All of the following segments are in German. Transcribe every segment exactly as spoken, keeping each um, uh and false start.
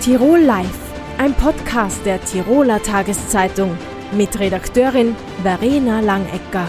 Tirol Live, ein Podcast der Tiroler Tageszeitung mit Redakteurin Verena Langecker.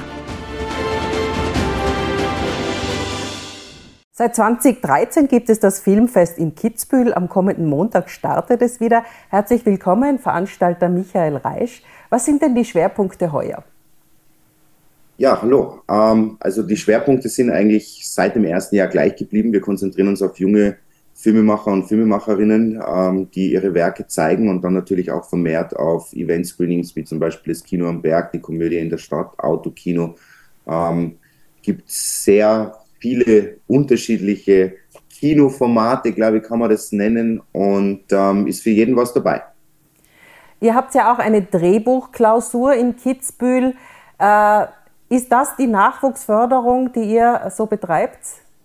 Seit zweitausenddreizehn gibt es das Filmfest in Kitzbühel. Am kommenden Montag startet es wieder. Herzlich willkommen, Veranstalter Michael Reisch. Was sind denn die Schwerpunkte heuer? Ja, hallo. Ähm, also die Schwerpunkte sind eigentlich seit dem ersten Jahr gleich geblieben. Wir konzentrieren uns auf junge Filmemacher und Filmemacherinnen, ähm, die ihre Werke zeigen und dann natürlich auch vermehrt auf Event-Screenings, wie zum Beispiel das Kino am Berg, die Komödie in der Stadt, Autokino. Ähm, gibt sehr viele unterschiedliche Kinoformate, glaube ich, kann man das nennen, und ähm, ist für jeden was dabei. Ihr habt ja auch eine Drehbuchklausur in Kitzbühel. Äh, ist das die Nachwuchsförderung, die ihr so betreibt?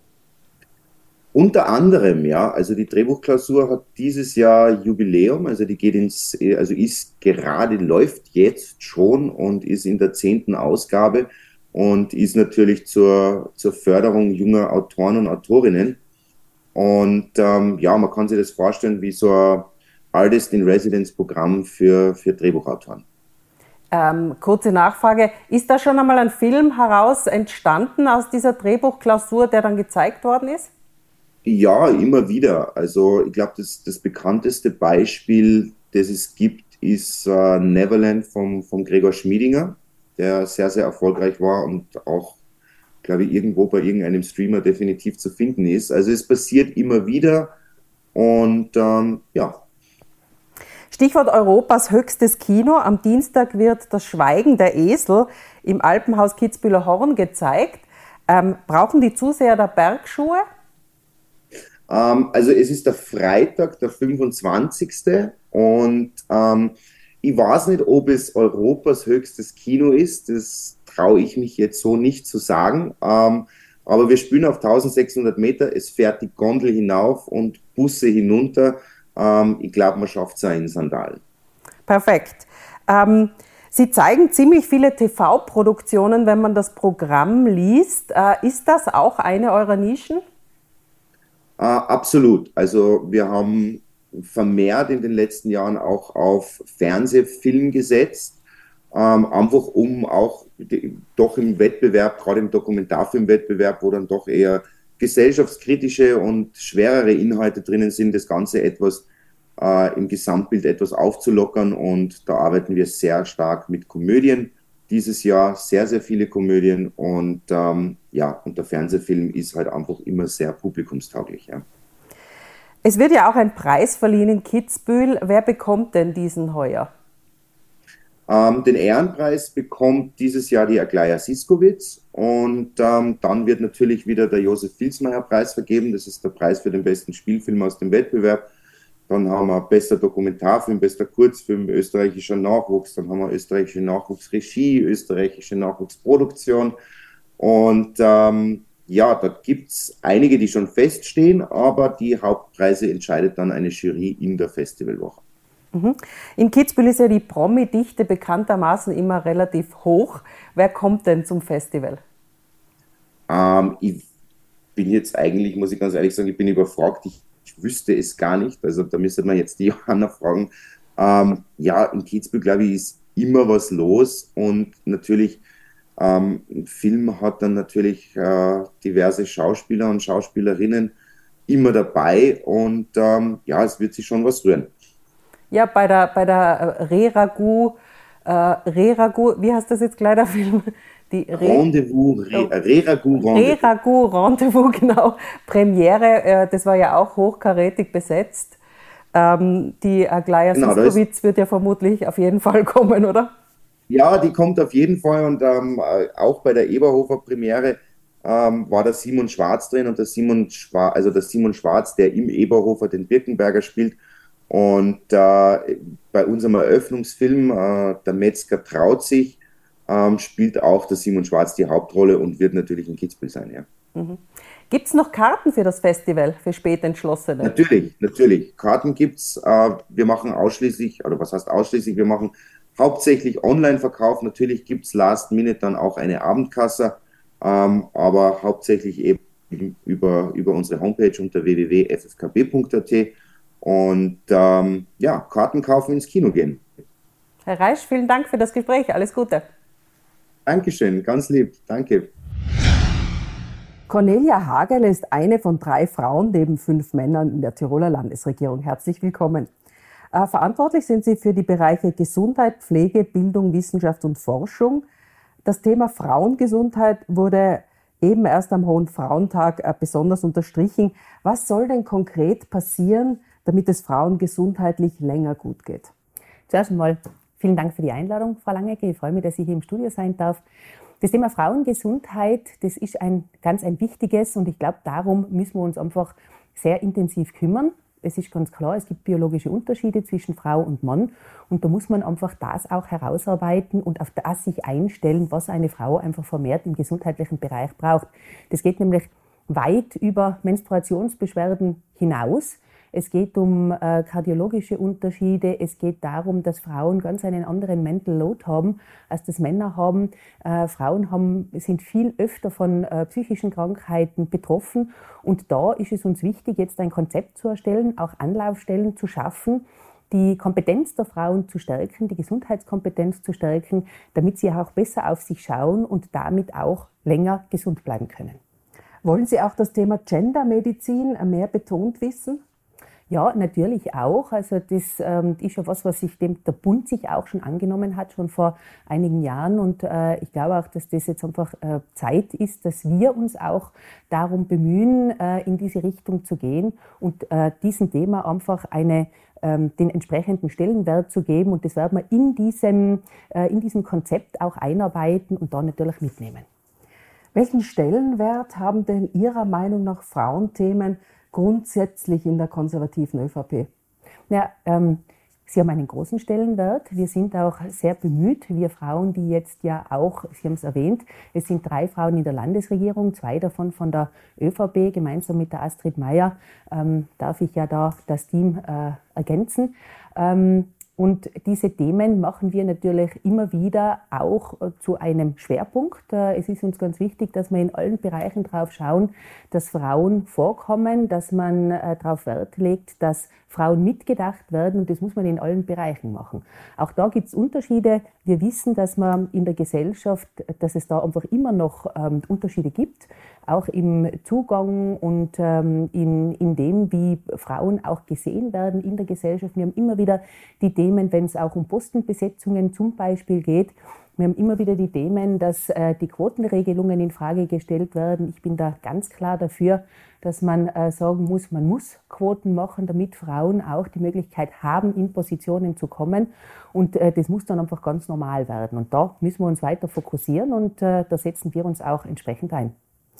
Unter anderem, ja. Also die Drehbuchklausur hat dieses Jahr Jubiläum, also die geht ins, also ist gerade, läuft jetzt schon und ist in der zehnten Ausgabe und ist natürlich zur, zur Förderung junger Autoren und Autorinnen. Und ähm, ja, man kann sich das vorstellen wie so ein Artist-in-Residence-Programm für, für Drehbuchautoren. Ähm, kurze Nachfrage, ist da schon einmal ein Film heraus entstanden aus dieser Drehbuchklausur, der dann gezeigt worden ist? Ja, immer wieder. Also ich glaube, das, das bekannteste Beispiel, das es gibt, ist äh, Neverland vom, vom Gregor Schmiedinger, der sehr, sehr erfolgreich war und auch, glaube ich, irgendwo bei irgendeinem Streamer definitiv zu finden ist. Also es passiert immer wieder und ähm, ja. Stichwort Europas höchstes Kino. Am Dienstag wird das Schweigen der Esel im Alpenhaus Kitzbüheler Horn gezeigt. Ähm, brauchen die Zuseher da Bergschuhe? Ähm, also es ist der Freitag, der fünfundzwanzigste und ähm, ich weiß nicht, ob es Europas höchstes Kino ist. Das traue ich mich jetzt so nicht zu sagen. Ähm, aber wir spielen auf eintausendsechshundert Meter. Es fährt die Gondel hinauf und Busse hinunter. Ähm, ich glaube, man schafft es auch in Sandalen. Perfekt. Ähm, Sie zeigen ziemlich viele T V-Produktionen, wenn man das Programm liest. Äh, ist das auch eine eurer Nischen? Äh, absolut. Also wir haben vermehrt in den letzten Jahren auch auf Fernsehfilm gesetzt, ähm, einfach um auch die, doch im Wettbewerb, gerade im Dokumentarfilmwettbewerb, wo dann doch eher gesellschaftskritische und schwerere Inhalte drinnen sind, das Ganze etwas äh, im Gesamtbild etwas aufzulockern, und da arbeiten wir sehr stark mit Komödien. Dieses Jahr sehr, sehr viele Komödien und ähm, ja, und der Fernsehfilm ist halt einfach immer sehr publikumstauglich. Ja. Es wird ja auch ein Preis verliehen in Kitzbühel. Wer bekommt denn diesen heuer? Ähm, den Ehrenpreis bekommt dieses Jahr die Aglaja Siskowitz und ähm, dann wird natürlich wieder der Josef Vilsmeier-Preis vergeben. Das ist der Preis für den besten Spielfilm aus dem Wettbewerb. Dann haben wir bester Dokumentarfilm, bester Kurzfilm, österreichischer Nachwuchs. Dann haben wir österreichische Nachwuchsregie, österreichische Nachwuchsproduktion. Und ähm, ja, da gibt es einige, die schon feststehen, aber die Hauptpreise entscheidet dann eine Jury in der Festivalwoche. Mhm. In Kitzbühel ist ja die Promi-Dichte bekanntermaßen immer relativ hoch. Wer kommt denn zum Festival? Ähm, ich bin jetzt eigentlich, muss ich ganz ehrlich sagen, ich bin überfragt. Ich Ich wüsste es gar nicht, also da müsste man jetzt die Johanna fragen. Ähm, ja, in Kitzbühel, glaube ich, ist immer was los und natürlich, ähm, ein Film hat dann natürlich äh, diverse Schauspieler und Schauspielerinnen immer dabei und ähm, ja, es wird sich schon was rühren. Ja, bei der, bei der Re-Ragout, äh, Re-Ragout, wie heißt das jetzt gleich der Film? Die Re Rendezvous, Re-Ragout Rendezvous. Re-Ragout Rendezvous, genau. Premiere, äh, das war ja auch hochkarätig besetzt. Ähm, die Aglaja Genau, Siskowitz wird ja vermutlich auf jeden Fall kommen, oder? Ja, die kommt auf jeden Fall und ähm, auch bei der Eberhofer Premiere ähm, war der Simon Schwarz drin und der Simon Schwarz, also der Simon Schwarz, der im Eberhofer den Birkenberger spielt. Und äh, bei unserem Eröffnungsfilm, äh, der Metzger traut sich, ähm, spielt auch der Simon Schwarz die Hauptrolle und wird natürlich in Kitzbühel sein. Ja. Mhm. Gibt es noch Karten für das Festival, für Spätentschlossene? Natürlich, natürlich. Karten gibt's. Äh, wir machen ausschließlich, oder was heißt ausschließlich, wir machen hauptsächlich Online-Verkauf. Natürlich gibt es Last Minute dann auch eine Abendkasse, ähm, aber hauptsächlich eben über, über unsere Homepage unter w w w punkt f f k b punkt a t. und ähm, ja, Karten kaufen, ins Kino gehen. Herr Reisch, vielen Dank für das Gespräch. Alles Gute. Dankeschön, ganz lieb. Danke. Cornelia Hagel ist eine von drei Frauen neben fünf Männern in der Tiroler Landesregierung. Herzlich willkommen. Äh, verantwortlich sind Sie für die Bereiche Gesundheit, Pflege, Bildung, Wissenschaft und Forschung. Das Thema Frauengesundheit wurde eben erst am Hohen Frauentag äh, besonders unterstrichen. Was soll denn konkret passieren, damit es Frauen gesundheitlich länger gut geht? Zuerst einmal vielen Dank für die Einladung, Frau Langegger. Ich freue mich, dass ich hier im Studio sein darf. Das Thema Frauengesundheit, das ist ein ganz ein wichtiges und ich glaube, darum müssen wir uns einfach sehr intensiv kümmern. Es ist ganz klar, es gibt biologische Unterschiede zwischen Frau und Mann und da muss man einfach das auch herausarbeiten und auf das sich einstellen, was eine Frau einfach vermehrt im gesundheitlichen Bereich braucht. Das geht nämlich weit über Menstruationsbeschwerden hinaus. Es geht um äh, kardiologische Unterschiede. Es geht darum, dass Frauen ganz einen anderen Mental Load haben, als das Männer haben. Äh, Frauen haben, sind viel öfter von äh, psychischen Krankheiten betroffen. Und da ist es uns wichtig, jetzt ein Konzept zu erstellen, auch Anlaufstellen zu schaffen, die Kompetenz der Frauen zu stärken, die Gesundheitskompetenz zu stärken, damit sie auch besser auf sich schauen und damit auch länger gesund bleiben können. Wollen Sie auch das Thema Gendermedizin mehr betont wissen? Ja, natürlich auch. Also das ähm, ist ja was, was sich dem der Bund sich auch schon angenommen hat, schon vor einigen Jahren. Und äh, ich glaube auch, dass das jetzt einfach äh, Zeit ist, dass wir uns auch darum bemühen, äh, in diese Richtung zu gehen und äh, diesem Thema einfach eine ähm, den entsprechenden Stellenwert zu geben. Und das werden wir in diesem, äh, in diesem Konzept auch einarbeiten und da natürlich mitnehmen. Welchen Stellenwert haben denn Ihrer Meinung nach Frauenthemen grundsätzlich in der konservativen ÖVP? Ja, ähm, Sie haben einen großen Stellenwert. Wir sind auch sehr bemüht, wir Frauen, die jetzt ja auch, Sie haben es erwähnt, es sind drei Frauen in der Landesregierung, zwei davon von der ÖVP, gemeinsam mit der Astrid Maier, ähm, darf ich ja da das Team äh, ergänzen. Ähm, Und diese Themen machen wir natürlich immer wieder auch zu einem Schwerpunkt. Es ist uns ganz wichtig, dass wir in allen Bereichen darauf schauen, dass Frauen vorkommen, dass man darauf Wert legt, dass Frauen mitgedacht werden und das muss man in allen Bereichen machen. Auch da gibt es Unterschiede. Wir wissen, dass man in der Gesellschaft, dass es da einfach immer noch ähm, Unterschiede gibt, auch im Zugang und ähm, in, in dem, wie Frauen auch gesehen werden in der Gesellschaft. Wir haben immer wieder die Themen, wenn es auch um Postenbesetzungen zum Beispiel geht, wir haben immer wieder die Themen, dass äh, die Quotenregelungen in Frage gestellt werden. Ich bin da ganz klar dafür, dass man äh, sagen muss, man muss Quoten machen, damit Frauen auch die Möglichkeit haben, in Positionen zu kommen. Und äh, das muss dann einfach ganz normal werden. Und da müssen wir uns weiter fokussieren und äh, da setzen wir uns auch entsprechend ein.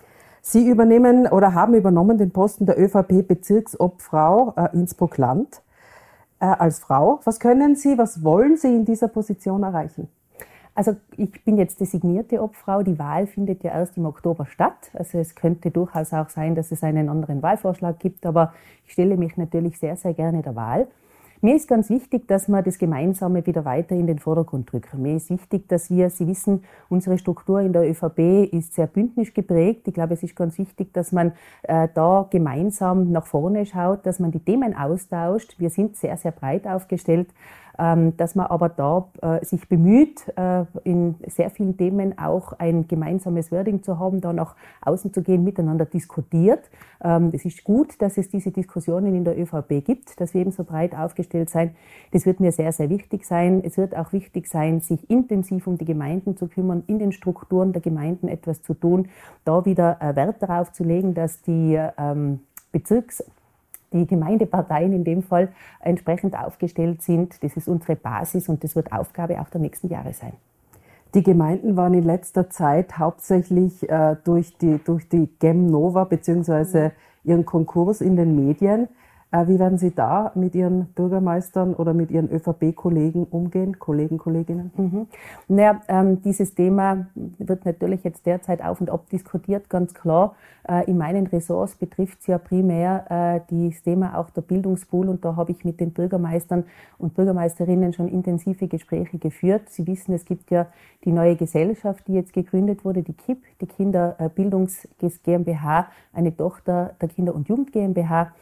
Sie übernehmen oder haben übernommen den Posten der ÖVP-Bezirksobfrau äh, Innsbruck-Land äh, als Frau. Was können Sie, was wollen Sie in dieser Position erreichen? Also ich bin jetzt designierte Obfrau. Die Wahl findet ja erst im Oktober statt. Also es könnte durchaus auch sein, dass es einen anderen Wahlvorschlag gibt, aber ich stelle mich natürlich sehr, sehr gerne der Wahl. Mir ist ganz wichtig, dass wir das Gemeinsame wieder weiter in den Vordergrund rücken. Mir ist wichtig, dass wir, Sie wissen, unsere Struktur in der ÖVP ist sehr bündnisch geprägt. Ich glaube, es ist ganz wichtig, dass man äh, da gemeinsam nach vorne schaut, dass man die Themen austauscht. Wir sind sehr, sehr breit aufgestellt. Ähm, dass man aber da äh, sich bemüht, äh, in sehr vielen Themen auch ein gemeinsames Wording zu haben, da nach außen zu gehen, miteinander diskutiert. Ähm, es ist gut, dass es diese Diskussionen in der ÖVP gibt, dass wir eben so breit aufgestellt sein. Das wird mir sehr, sehr wichtig sein. Es wird auch wichtig sein, sich intensiv um die Gemeinden zu kümmern, in den Strukturen der Gemeinden etwas zu tun, da wieder äh, Wert darauf zu legen, dass die ähm, Bezirks die Gemeindeparteien in dem Fall entsprechend aufgestellt sind. Das ist unsere Basis und das wird Aufgabe auch der nächsten Jahre sein. Die Gemeinden waren in letzter Zeit hauptsächlich äh, durch die, durch die GemNova bzw. ihren Konkurs in den Medien. Äh, wie werden Sie da mit Ihren Bürgermeistern oder mit Ihren ÖVP-Kollegen umgehen, Kollegen, Kolleginnen? Mhm. Naja, ähm, dieses Thema wird natürlich jetzt derzeit auf und ab diskutiert, ganz klar. Äh, in meinen Ressorts betrifft es ja primär äh, das Thema auch der Bildungspool und da habe ich mit den Bürgermeistern und Bürgermeisterinnen schon intensive Gespräche geführt. Sie wissen, es gibt ja die neue Gesellschaft, die jetzt gegründet wurde, die K I P, die Kinderbildungs GmbH, eine Tochter der Kinder- und Jugend GmbH.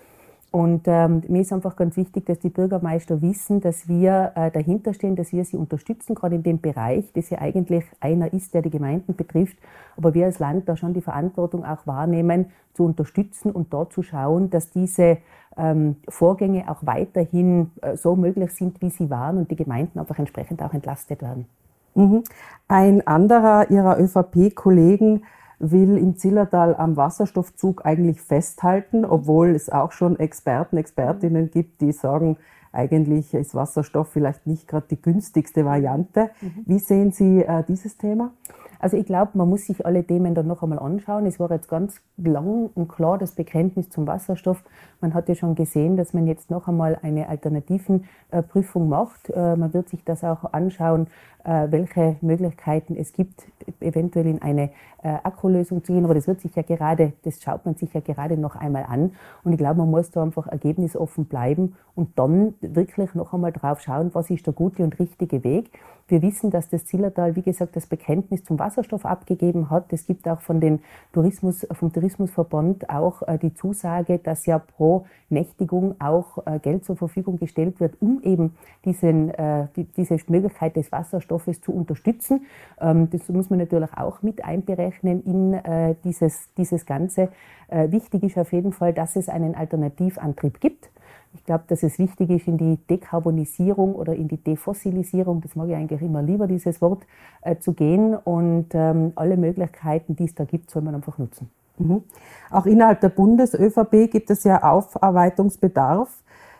Und ähm, mir ist einfach ganz wichtig, dass die Bürgermeister wissen, dass wir äh, dahinter stehen, dass wir sie unterstützen, gerade in dem Bereich, das ja eigentlich einer ist, der die Gemeinden betrifft. Aber wir als Land da schon die Verantwortung auch wahrnehmen, zu unterstützen und dort zu schauen, dass diese ähm, Vorgänge auch weiterhin äh, so möglich sind, wie sie waren und die Gemeinden einfach entsprechend auch entlastet werden. Mhm. Ein anderer Ihrer ÖVP-Kollegen will im Zillertal am Wasserstoffzug eigentlich festhalten, obwohl es auch schon Experten, Expertinnen gibt, die sagen, eigentlich ist Wasserstoff vielleicht nicht gerade die günstigste Variante. Mhm. Wie sehen Sie äh, dieses Thema? Also ich glaube, man muss sich alle Themen dann noch einmal anschauen. Es war jetzt ganz lang und klar das Bekenntnis zum Wasserstoff. Man hat ja schon gesehen, dass man jetzt noch einmal eine Alternativenprüfung macht. Äh, man wird sich das auch anschauen, äh, welche Möglichkeiten es gibt, eventuell in eine äh, Akkulösung zu gehen. Aber das wird sich ja gerade, das schaut man sich ja gerade noch einmal an. Und ich glaube, man muss da einfach ergebnisoffen bleiben und dann wirklich noch einmal drauf schauen, was ist der gute und richtige Weg. Wir wissen, dass das Zillertal, wie gesagt, das Bekenntnis zum Wasserstoff abgegeben hat. Es gibt auch von den Tourismus, vom Tourismusverband auch äh, die Zusage, dass ja pro Nächtigung auch äh, Geld zur Verfügung gestellt wird, um eben diesen, äh, die, diese Möglichkeit des Wasserstoffes zu unterstützen. Ähm, das muss man natürlich auch mit einberechnen in äh, dieses, dieses Ganze. Äh, wichtig ist auf jeden Fall, dass es einen Alternativantrieb gibt. Ich glaube, dass es wichtig ist, in die Dekarbonisierung oder in die Defossilisierung, das mag ich eigentlich immer lieber, dieses Wort, äh, zu gehen. Und ähm, alle Möglichkeiten, die es da gibt, soll man einfach nutzen. Mhm. Auch innerhalb der Bundes-ÖVP gibt es ja Aufarbeitungsbedarf.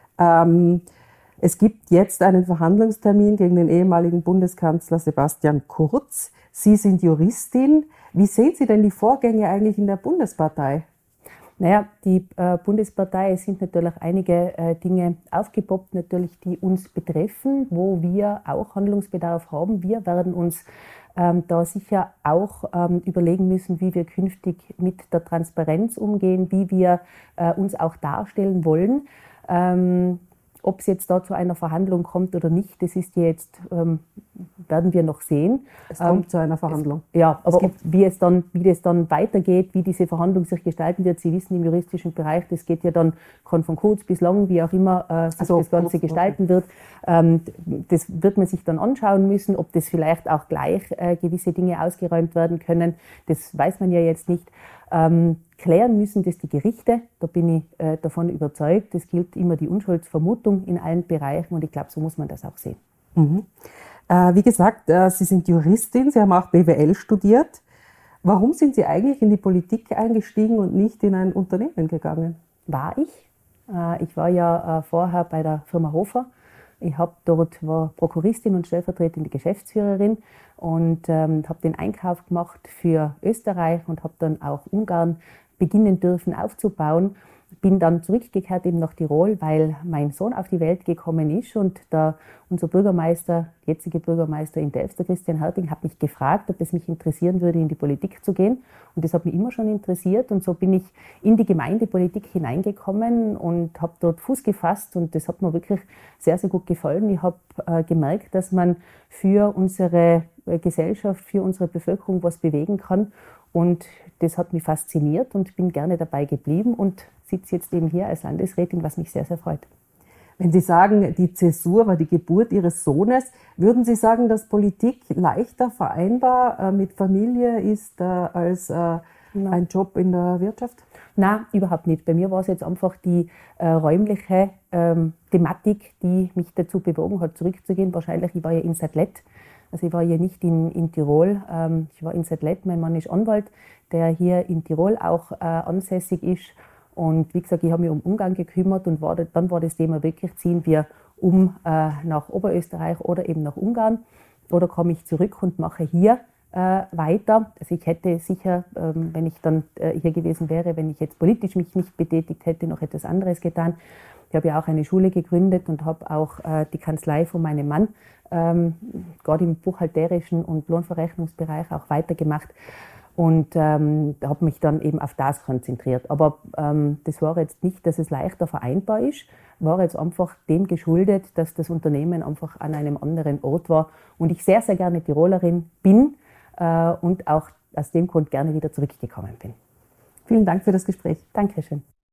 Ähm, es gibt jetzt einen Verhandlungstermin gegen den ehemaligen Bundeskanzler Sebastian Kurz. Sie sind Juristin. Wie sehen Sie denn die Vorgänge eigentlich in der Bundespartei? Naja, die äh, Bundespartei, es sind natürlich einige äh, Dinge aufgepoppt, natürlich, die uns betreffen, wo wir auch Handlungsbedarf haben. Wir werden uns ähm, da sicher auch ähm, überlegen müssen, wie wir künftig mit der Transparenz umgehen, wie wir äh, uns auch darstellen wollen. Ähm, Ob es jetzt da zu einer Verhandlung kommt oder nicht, das ist jetzt, ähm, werden wir noch sehen. Es kommt ähm, zu einer Verhandlung. Es, ja, aber ob, wie, es dann, wie das dann weitergeht, wie diese Verhandlung sich gestalten wird, Sie wissen, im juristischen Bereich, das geht ja dann, kann von kurz bis lang, wie auch immer äh, sich also, das Ganze gestalten okay. wird. Ähm, das wird man sich dann anschauen müssen, ob das vielleicht auch gleich äh, gewisse Dinge ausgeräumt werden können. Das weiß man ja jetzt nicht. Ähm, klären müssen das die Gerichte, da bin ich äh, davon überzeugt. Es gilt immer die Unschuldsvermutung in allen Bereichen und ich glaube, so muss man das auch sehen. Mhm. Äh, wie gesagt, äh, Sie sind Juristin, Sie haben auch B W L studiert. Warum sind Sie eigentlich in die Politik eingestiegen und nicht in ein Unternehmen gegangen? War ich. Äh, ich war ja äh, vorher bei der Firma Hofer. Ich hab dort war Prokuristin und stellvertretende Geschäftsführerin und ähm, habe den Einkauf gemacht für Österreich und habe dann auch Ungarn beginnen dürfen aufzubauen. Bin dann zurückgekehrt eben nach Tirol, weil mein Sohn auf die Welt gekommen ist und der, unser Bürgermeister, jetzige Bürgermeister in Delfts, der Christian Herting, hat mich gefragt, ob es mich interessieren würde, in die Politik zu gehen. Und das hat mich immer schon interessiert und so bin ich in die Gemeindepolitik hineingekommen und habe dort Fuß gefasst und das hat mir wirklich sehr, sehr gut gefallen. Ich habe äh, gemerkt, dass man für unsere äh, Gesellschaft, für unsere Bevölkerung was bewegen kann. Und das hat mich fasziniert und bin gerne dabei geblieben und sitze jetzt eben hier als Landesrätin, was mich sehr, sehr freut. Wenn Sie sagen, die Zäsur war die Geburt Ihres Sohnes, würden Sie sagen, dass Politik leichter vereinbar äh, mit Familie ist äh, als äh, ein Job in der Wirtschaft? Nein, überhaupt nicht. Bei mir war es jetzt einfach die äh, räumliche ähm, Thematik, die mich dazu bewogen hat, zurückzugehen. Wahrscheinlich, ich war ja in Sattlet. Also ich war ja nicht in, in Tirol, ähm, ich war in Sattlet, mein Mann ist Anwalt, der hier in Tirol auch äh, ansässig ist. Und wie gesagt, ich habe mich um Ungarn gekümmert und war, dann war das Thema wirklich, ziehen wir um äh, nach Oberösterreich oder eben nach Ungarn oder komme ich zurück und mache hier äh, weiter. Also ich hätte sicher, ähm, wenn ich dann äh, hier gewesen wäre, wenn ich jetzt politisch mich nicht betätigt hätte, noch etwas anderes getan. Ich habe ja auch eine Schule gegründet und habe auch äh, die Kanzlei von meinem Mann ähm, gerade im buchhalterischen und Lohnverrechnungsbereich auch weitergemacht und ähm, habe mich dann eben auf das konzentriert. Aber ähm, das war jetzt nicht, dass es leichter vereinbar ist, war jetzt einfach dem geschuldet, dass das Unternehmen einfach an einem anderen Ort war und ich sehr, sehr gerne Tirolerin bin äh, und auch aus dem Grund gerne wieder zurückgekommen bin. Vielen Dank für das Gespräch. Dankeschön.